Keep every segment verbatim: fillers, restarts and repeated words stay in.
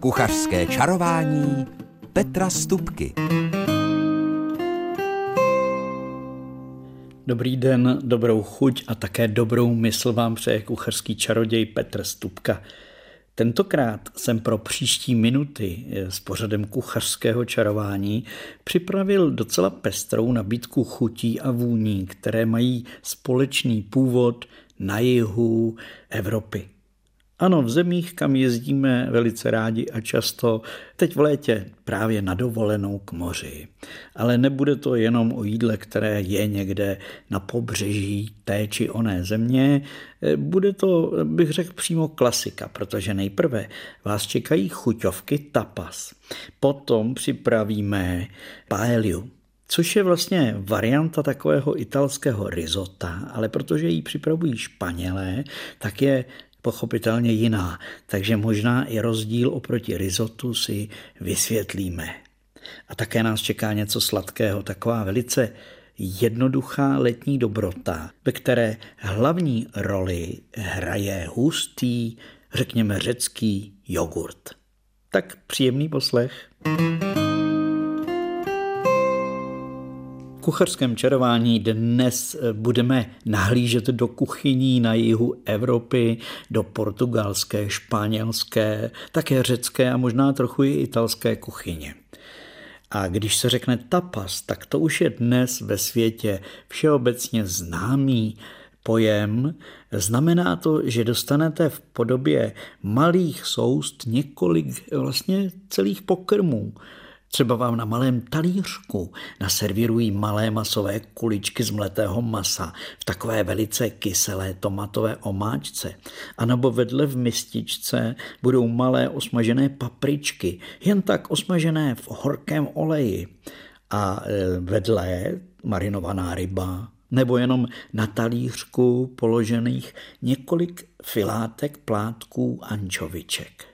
Kuchařské čarování Petra Stupky. Dobrý den, dobrou chuť a také dobrou mysl vám přeje kuchařský čaroděj Petr Stupka. Tentokrát jsem pro příští minuty s pořadem kuchařského čarování připravil docela pestrou nabídku chutí a vůní, které mají společný původ na jihu Evropy. Ano, v zemích, kam jezdíme velice rádi a často, teď v létě právě na dovolenou k moři. Ale nebude to jenom o jídle, které je někde na pobřeží té či oné země. Bude to, bych řekl, přímo klasika, protože nejprve vás čekají chuťovky tapas. Potom připravíme paellu, což je vlastně varianta takového italského risota, ale protože ji připravují Španělé, tak je pochopitelně jiná, takže možná i rozdíl oproti risotu si vysvětlíme. A také nás čeká něco sladkého, taková velice jednoduchá letní dobrota, ve které hlavní roli hraje hustý, řekněme řecký jogurt. Tak příjemný poslech. V kuchařském čarování dnes budeme nahlížet do kuchyní na jihu Evropy, do portugalské, španělské, také řecké a možná trochu i italské kuchyně. A když se řekne tapas, tak to už je dnes ve světě všeobecně známý pojem. Znamená to, že dostanete v podobě malých soust několik vlastně celých pokrmů. Třeba vám na malém talířku naservírují malé masové kuličky z mletého masa v takové velice kyselé tomatové omáčce. A nebo vedle v mističce budou malé osmažené papričky, jen tak osmažené v horkém oleji. A vedle marinovaná ryba, nebo jenom na talířku položených několik filátek plátků ančoviček.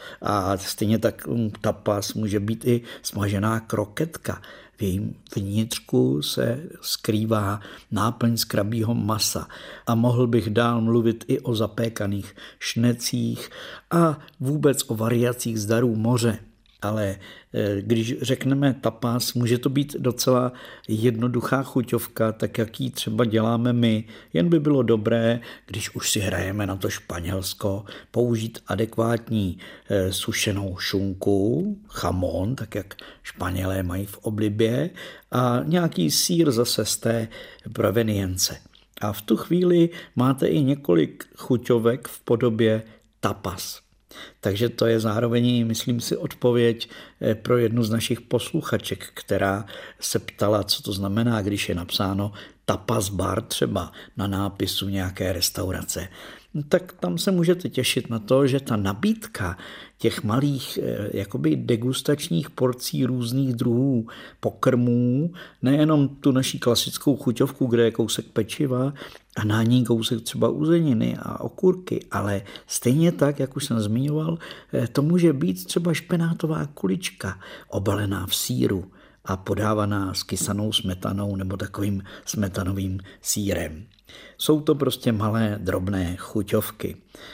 A stejně tak tapas může být i smažená kroketka. V jejím vnitřku se skrývá náplň z krabího masa. A mohl bych dál mluvit i o zapékaných šnecích a vůbec o variacích z darů moře. Ale když řekneme tapas, může to být docela jednoduchá chuťovka, tak jak ji třeba děláme my. Jen by bylo dobré, když už si hrajeme na to Španělsko, použít adekvátní sušenou šunku, chamon, tak jak Španělé mají v oblibě, a nějaký sýr zase z té provenience. A v tu chvíli máte i několik chuťovek v podobě tapas. Takže to je zároveň, myslím si, odpověď pro jednu z našich posluchaček, která se ptala, co to znamená, když je napsáno tapas bar třeba na nápisu nějaké restaurace. Tak tam se můžete těšit na to, že ta nabídka těch malých jakoby degustačních porcí různých druhů pokrmů, nejenom tu naší klasickou chuťovku, kde je kousek pečiva a na ní kousek třeba uzeniny a okurky, ale stejně tak, jak už jsem zmiňoval, to může být třeba špenátová kulička obalená v sýru a podávaná s kysanou smetanou nebo takovým smetanovým sýrem. Jsou to prostě malé, drobné chuťovky.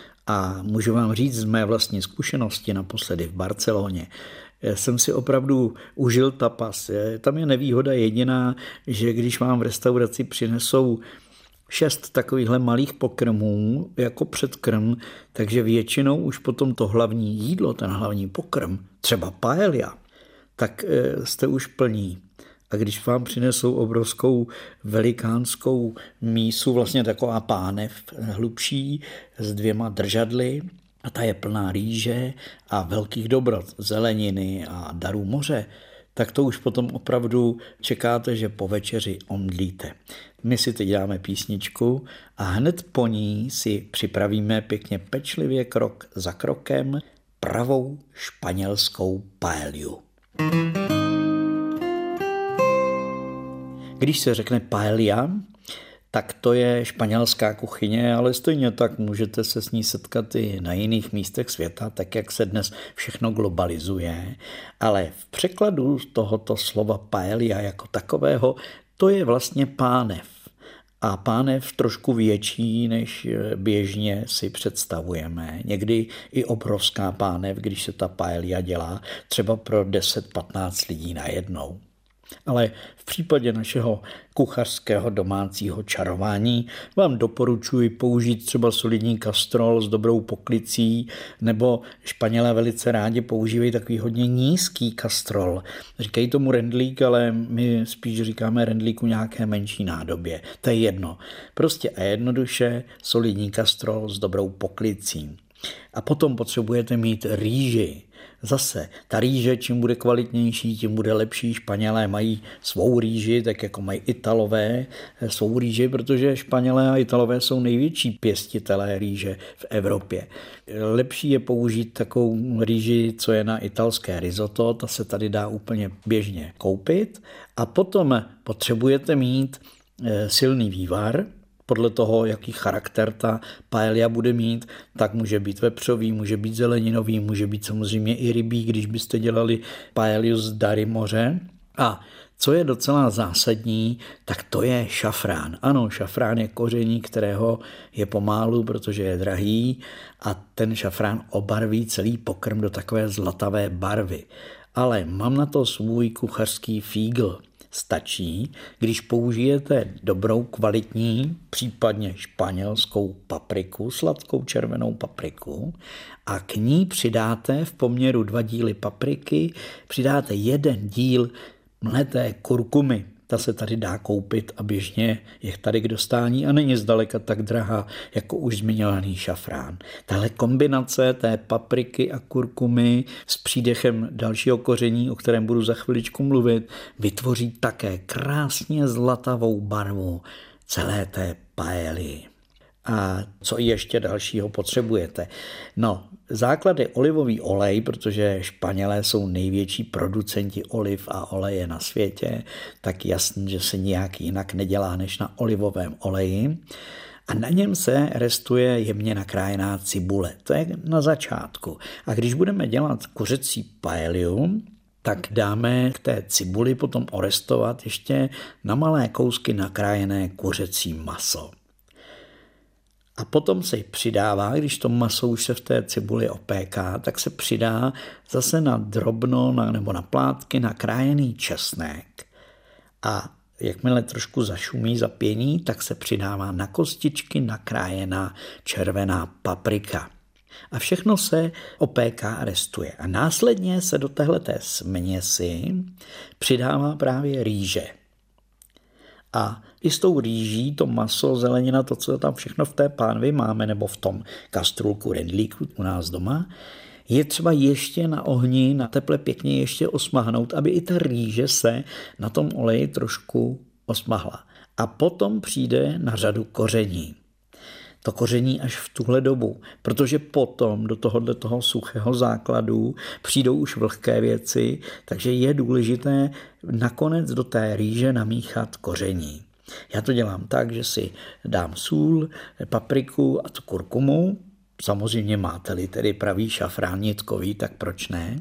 A můžu vám říct z mé vlastní zkušenosti naposledy v Barceloně, jsem si opravdu užil tapas. Tam je nevýhoda jediná, že když vám v restauraci přinesou šest takovýchhle malých pokrmů jako předkrm, takže většinou už potom to hlavní jídlo, ten hlavní pokrm, třeba paella, tak jste už plní. A když vám přinesou obrovskou velikánskou mísu, vlastně taková pánev hlubší s dvěma držadly, a ta je plná rýže a velkých dobrot, zeleniny a darů moře, tak to už potom opravdu čekáte, že po večeři omdlíte. My si teď dáme písničku a hned po ní si připravíme pěkně pečlivě krok za krokem pravou španělskou paellu. Když se řekne paella, tak to je španělská kuchyně, ale stejně tak můžete se s ní setkat i na jiných místech světa, tak jak se dnes všechno globalizuje. Ale v překladu tohoto slova paella jako takového, to je vlastně pánev. a pánev trošku větší, než běžně si představujeme. Někdy i obrovská pánev, když se ta paella dělá třeba pro deset patnáct lidí najednou. Ale v případě našeho kuchařského domácího čarování vám doporučuji použít třeba solidní kastrol s dobrou poklicí, nebo Španělé velice rádi používají takový hodně nízký kastrol. Říkají tomu rendlík, ale my spíš říkáme rendlíku nějaké menší nádobě. To je jedno. Prostě a jednoduše solidní kastrol s dobrou poklicí. A potom potřebujete mít rýži. Zase, ta rýže, čím bude kvalitnější, tím bude lepší. Španělé mají svou rýži, tak jako mají Italové svou rýži, protože Španělé a Italové jsou největší pěstitelé rýže v Evropě. Lepší je použít takovou rýži, co je na italské risotto, ta se tady dá úplně běžně koupit. A potom potřebujete mít silný vývar. Podle toho, jaký charakter ta paella bude mít, tak může být vepřový, může být zeleninový, může být samozřejmě i rybí, když byste dělali paellu z dary moře. A co je docela zásadní, tak to je šafrán. Ano, šafrán je koření, kterého je pomálu, protože je drahý a ten šafrán obarví celý pokrm do takové zlatavé barvy. Ale mám na to svůj kuchařský fígl. Stačí, když použijete dobrou kvalitní, případně španělskou papriku, sladkou červenou papriku a k ní přidáte v poměru dva díly papriky, přidáte jeden díl mleté kurkumy. Ta se tady dá koupit a běžně je tady k dostání a není zdaleka tak drahá jako už zmiňovaný šafrán. Tahle kombinace té papriky a kurkumy s přídechem dalšího koření, o kterém budu za chviličku mluvit, vytvoří také krásně zlatavou barvu celé té paely. A co ještě dalšího potřebujete? No, základ je olivový olej, protože Španělé jsou největší producenti oliv a oleje na světě, tak jasný, že se nějak jinak nedělá než na olivovém oleji. A na něm se restuje jemně nakrájená cibule. To je na začátku. A když budeme dělat kuřecí paellu, tak dáme k té cibuli potom orestovat ještě na malé kousky nakrájené kuřecí maso. A potom se přidává, když to maso už se v té cibuli opéká, tak se přidá zase na drobno na, nebo na plátky nakrájený česnek. A jakmile trošku zašumí, zapění, tak se přidává na kostičky nakrájená červená paprika. A všechno se opéká a restuje. A následně se do téhleté směsi přidává právě rýže. A i s tou rýží, to maso, zelenina, to, co tam všechno v té pánvi máme, nebo v tom kastrůlku, rendlíku u nás doma, je třeba ještě na ohni, na teple pěkně ještě osmahnout, aby i ta rýže se na tom oleji trošku osmahla. A potom přijde na řadu koření. To koření až v tuhle dobu, protože potom do tohohle toho suchého základu přijdou už vlhké věci, takže je důležité nakonec do té rýže namíchat koření. Já to dělám tak, že si dám sůl, papriku a tu kurkumu, samozřejmě máte-li tedy pravý šafrán nitkový, tak proč ne?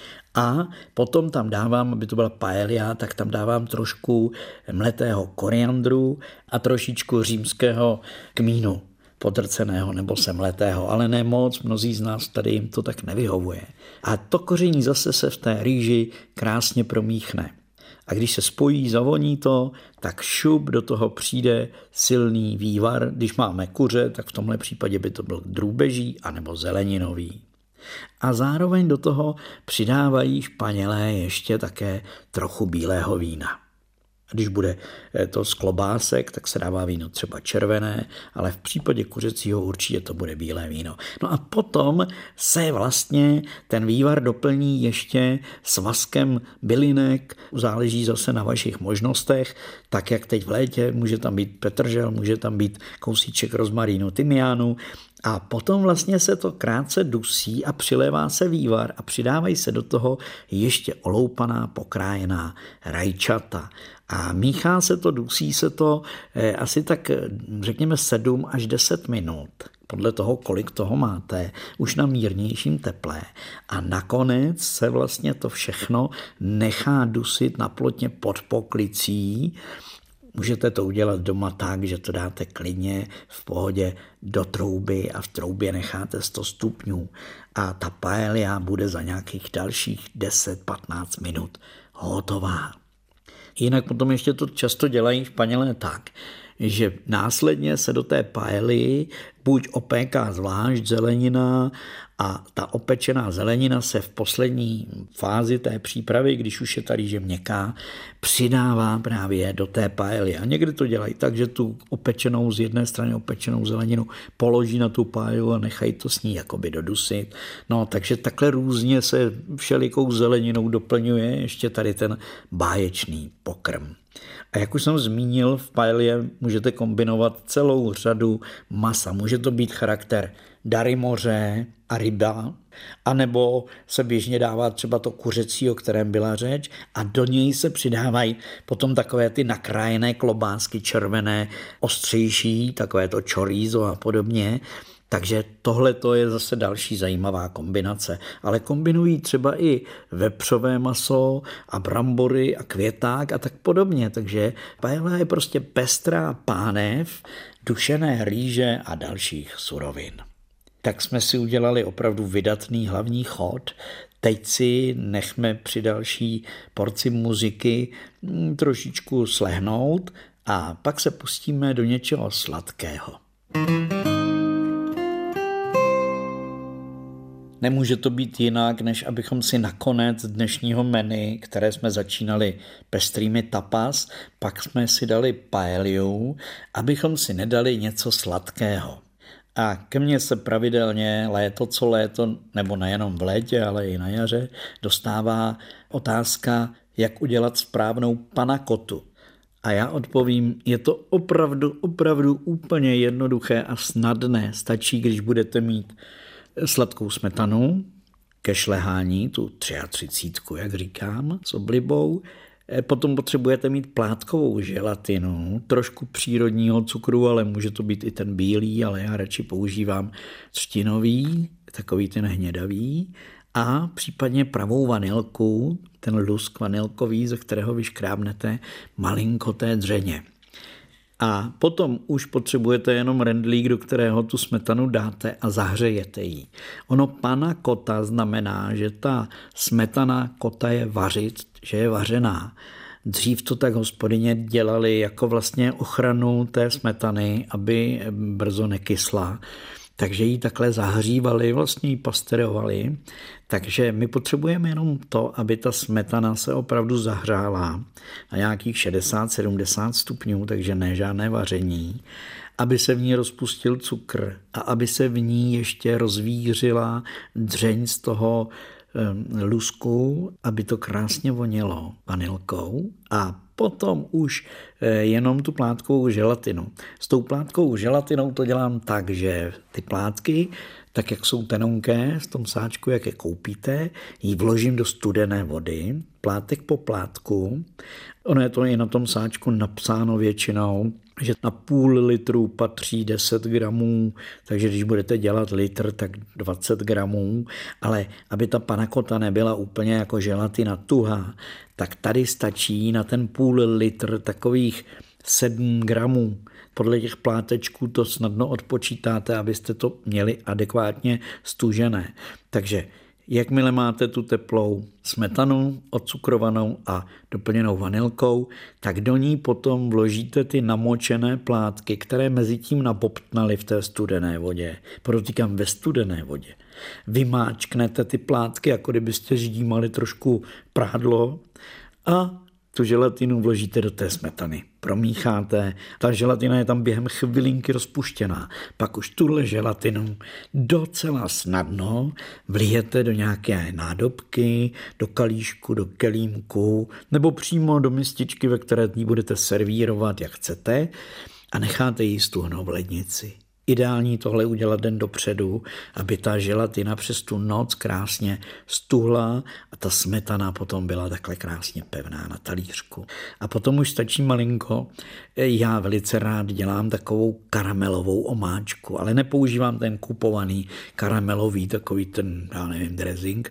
A potom tam dávám, aby to byla paella, tak tam dávám trošku mletého koriandru a trošičku římského kmínu, podrceného nebo semletého, ale ne moc, mnozí z nás tady jim to tak nevyhovuje. A to koření zase se v té rýži krásně promíchne. A když se spojí, zavoní to, tak šup do toho přijde silný vývar. Když máme kuře, tak v tomhle případě by to byl drůbeží anebo zeleninový. A zároveň do toho přidávají Španělé ještě také trochu bílého vína. Když bude to z klobásek, tak se dává víno třeba červené, ale v případě kuřecího určitě to bude bílé víno. No a potom se vlastně ten vývar doplní ještě svazkem bylinek, záleží zase na vašich možnostech, tak jak teď v létě, může tam být petržel, může tam být kousíček rozmarínu, tymiánu, a potom vlastně se to krátce dusí a přilévá se vývar a přidávají se do toho ještě oloupaná, pokrájená rajčata. A míchá se to, dusí se to eh, asi tak řekněme sedm až deset minut, podle toho, kolik toho máte, už na mírnějším teple. A nakonec se vlastně to všechno nechá dusit na plotně pod poklicí, Můžete to udělat doma tak, že to dáte klidně v pohodě do trouby a v troubě necháte sto stupňů a ta paella bude za nějakých dalších deset patnáct minut hotová. Jinak potom ještě to často dělají Španělé tak, že následně se do té paely buď opéká zvlášť zelenina a ta opečená zelenina se v poslední fázi té přípravy, když už je ta rýže měkká, přidává právě do té paely. A někdy to dělají tak, že tu opečenou z jedné strany opečenou zeleninu položí na tu paelu a nechají to s ní jakoby dodusit. No, takže takhle různě se všelikou zeleninou doplňuje ještě tady ten báječný pokrm. A jak už jsem zmínil, v paelle můžete kombinovat celou řadu masa. Může to být charakter dary moře a ryba, anebo se běžně dává třeba to kuřecí, o kterém byla řeč, a do něj se přidávají potom takové ty nakrájené klobásky červené, ostřejší, takové to chorizo a podobně. Takže tohle to je zase další zajímavá kombinace. Ale kombinují třeba i vepřové maso a brambory a květák a tak podobně. Takže paella je prostě pestrá pánev, dušené rýže a dalších surovin. Tak jsme si udělali opravdu vydatný hlavní chod. Teď si nechme při další porci muziky trošičku slehnout a pak se pustíme do něčeho sladkého. Nemůže to být jinak, než abychom si nakonec dnešního menu, které jsme začínali pestrými tapas, pak jsme si dali paellu, abychom si nedali něco sladkého. A ke mně se pravidelně léto co léto, nebo nejenom v létě, ale i na jaře, dostává otázka, jak udělat správnou panakotu. A já odpovím, je to opravdu, opravdu úplně jednoduché a snadné. Stačí, když budete mít sladkou smetanu ke šlehání, tu třicítku, jak říkám, s oblibou. Potom potřebujete mít plátkovou želatinu, trošku přírodního cukru, ale může to být i ten bílý, ale já radši používám třtinový, takový ten hnědavý, a případně pravou vanilku, ten lusk vanilkový, ze kterého vyškrábnete malinko té dřeně. A potom už potřebujete jenom rendlík, do kterého tu smetanu dáte a zahřejete ji. Ono panna cotta znamená, že ta smetana kota je vařit, že je vařená. Dřív to tak hospodyně dělali jako vlastně ochranu té smetany, aby brzo nekysla. Takže ji takhle zahřívali, vlastně ji pasteurovali. Takže my potřebujeme jenom to, aby ta smetana se opravdu zahřála na nějakých šedesát sedmdesát stupňů, takže ne žádné vaření, aby se v ní rozpustil cukr a aby se v ní ještě rozvířila dřeň z toho lusku, aby to krásně vonilo vanilkou, a potom už jenom tu plátkovou želatinu. S tou plátkovou želatinou to dělám tak, že ty plátky, tak jak jsou tenonké v tom sáčku, jak je koupíte, ji vložím do studené vody, plátek po plátku. Ono je to i na tom sáčku napsáno většinou, že na půl litru patří deset gramů, takže když budete dělat litr, tak dvacet gramů, ale aby ta panna cotta nebyla úplně jako želatina tuhá, tak tady stačí na ten půl litr takových sedm gramů. Podle těch plátečků to snadno odpočítáte, abyste to měli adekvátně stužené. Takže jakmile máte tu teplou smetanu odcukrovanou a doplněnou vanilkou, tak do ní potom vložíte ty namočené plátky, které mezi tím nabobtnaly v té studené vodě. Podotýkám ve studené vodě. Vymáčknete ty plátky, jako kdybyste ždímali trošku prádlo, a tu želatinu vložíte do té smetany. Promícháte, ta želatina je tam během chvilinky rozpuštěná. Pak už tuhle želatinu docela snadno vlijete do nějaké nádobky, do kalíšku, do kelímku, nebo přímo do mističky, ve které ji budete servírovat, jak chcete, a necháte ji stuhnout v lednici. Ideální tohle udělat den dopředu, aby ta želatina přes tu noc krásně stuhla a ta smetana potom byla takhle krásně pevná na talířku. A potom už stačí malinko. Já velice rád dělám takovou karamelovou omáčku, ale nepoužívám ten kupovaný karamelový, takový ten, já nevím, dressing.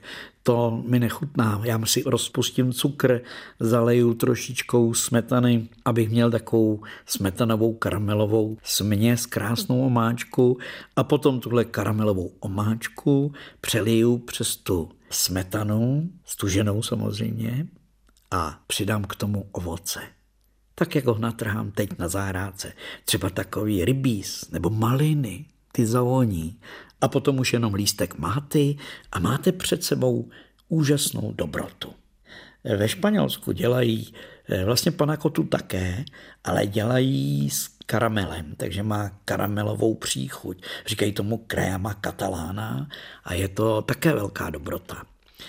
to mi nechutná. Já si rozpustím cukr, zaleju trošičkou smetany, abych měl takovou smetanovou karamelovou směs, krásnou omáčku a potom tuhle karamelovou omáčku přeliju přes tu smetanu, stuženou samozřejmě, a přidám k tomu ovoce. Tak jak ho natrhám teď na zahrádce. Třeba takový rybíz nebo maliny, ty zavoní. A potom už jenom lístek máty a máte před sebou úžasnou dobrotu. Ve Španělsku dělají vlastně panakotu také, ale dělají s karamelem, takže má karamelovou příchuť. Říkají tomu crema catalana a je to také velká dobrota.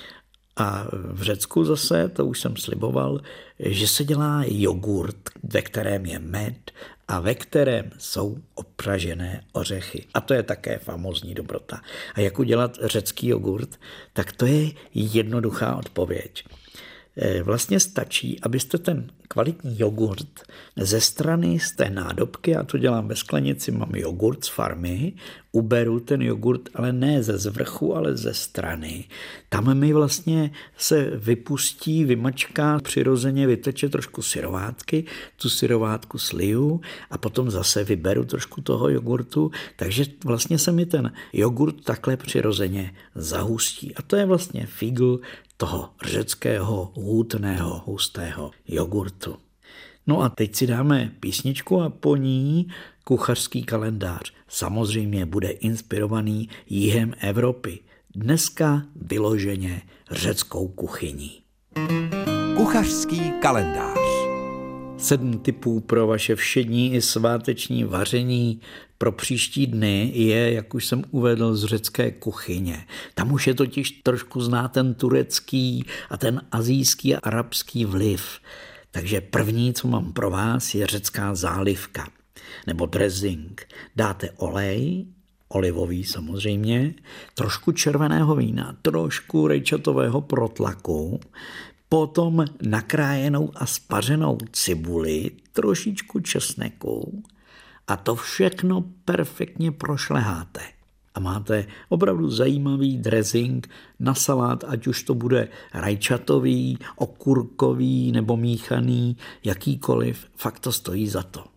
A v Řecku zase, to už jsem sliboval, že se dělá jogurt, ve kterém je med a ve kterém jsou opražené ořechy. A to je také famózní dobrota. A jak udělat řecký jogurt, tak to je jednoduchá odpověď. Vlastně stačí, abyste ten kvalitní jogurt ze strany z té nádobky, já to dělám ve sklenici, mám jogurt z farmy, uberu ten jogurt, ale ne ze zvrchu, ale ze strany. Tam mi vlastně se vypustí, vymačká, přirozeně vyteče trošku syrovátky, tu syrovátku sliju a potom zase vyberu trošku toho jogurtu, takže vlastně se mi ten jogurt takhle přirozeně zahustí. A to je vlastně figl toho řeckého hutného, hustého jogurtu. No a teď si dáme písničku a po ní kuchařský kalendář. Samozřejmě bude inspirovaný jihem Evropy. Dneska vyloženě řeckou kuchyní. Kuchařský kalendář. Sedm tipů pro vaše všední i sváteční vaření pro příští dny je, jak už jsem uvedl, z řecké kuchyně. Tam už je totiž trošku zná ten turecký a ten asijský a arabský vliv. Takže první, co mám pro vás, je řecká zálivka nebo dressing. Dáte olej, olivový samozřejmě, trošku červeného vína, trošku rejčatového protlaku, potom nakrájenou a spařenou cibuli, trošičku česneku a to všechno perfektně prošleháte. A máte opravdu zajímavý dressing na salát, ať už to bude rajčatový, okurkový nebo míchaný, jakýkoliv, fakt to stojí za to.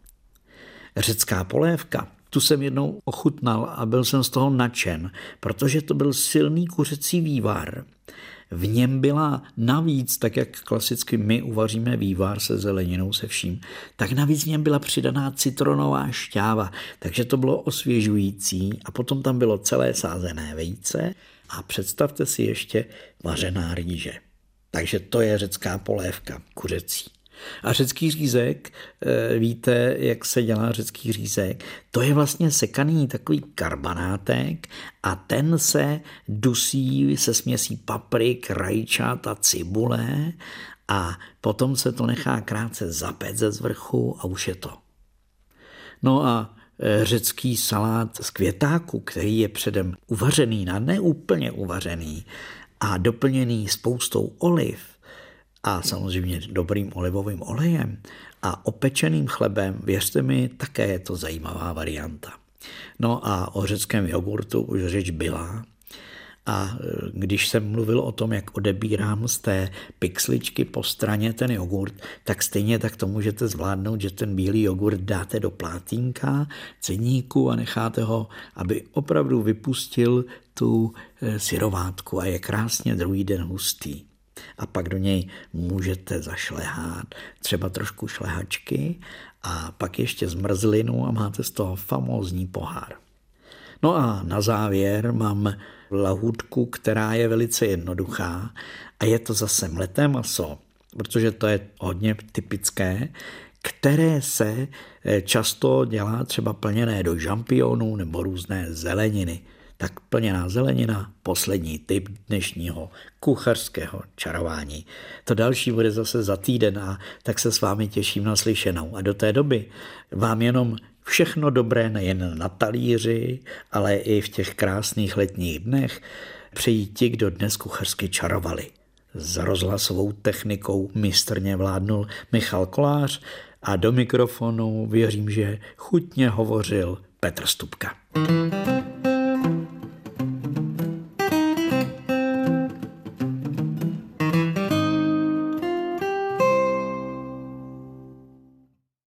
Řecká polévka, tu jsem jednou ochutnal a byl jsem z toho nadšen, protože to byl silný kuřecí vývar. V něm byla navíc, tak jak klasicky my uvaříme vývar se zeleninou, se vším, tak navíc v něm byla přidaná citronová šťáva, takže to bylo osvěžující a potom tam bylo celé sázené vejce a představte si ještě vařená rýže. Takže to je řecká polévka kuřecí. A řecký řízek, víte, jak se dělá řecký řízek? To je vlastně sekaný takový karbanátek a ten se dusí se směsí paprik, rajčat a cibule a potom se to nechá krátce zapéct ze zvrchu a už je to. No a řecký salát z květáku, který je předem uvařený, na neúplně uvařený a doplněný spoustou oliv, a samozřejmě dobrým olivovým olejem a opečeným chlebem, věřte mi, také je to zajímavá varianta. No a o řeckém jogurtu už řeč byla. A když jsem mluvil o tom, jak odebírám z té pixličky po straně ten jogurt, tak stejně tak to můžete zvládnout, že ten bílý jogurt dáte do plátínka, ceníku a necháte ho, aby opravdu vypustil tu syrovátku a je krásně druhý den hustý. A pak do něj můžete zašlehat třeba trošku šlehačky a pak ještě zmrzlinu a máte z toho famózní pohár. No a na závěr mám lahůdku, která je velice jednoduchá a je to zase mleté maso, protože to je hodně typické, které se často dělá třeba plněné do žampionů nebo různé zeleniny. Tak plněná zelenina, poslední tip dnešního kuchařského čarování. To další bude zase za týden a tak se s vámi těším na slyšenou. A do té doby vám jenom všechno dobré nejen na talíři, ale i v těch krásných letních dnech přejí ti, kdo dnes kuchařsky čarovali. S rozhlasovou technikou mistrně vládnul Michal Kolář a do mikrofonu věřím, že chutně hovořil Petr Stupka.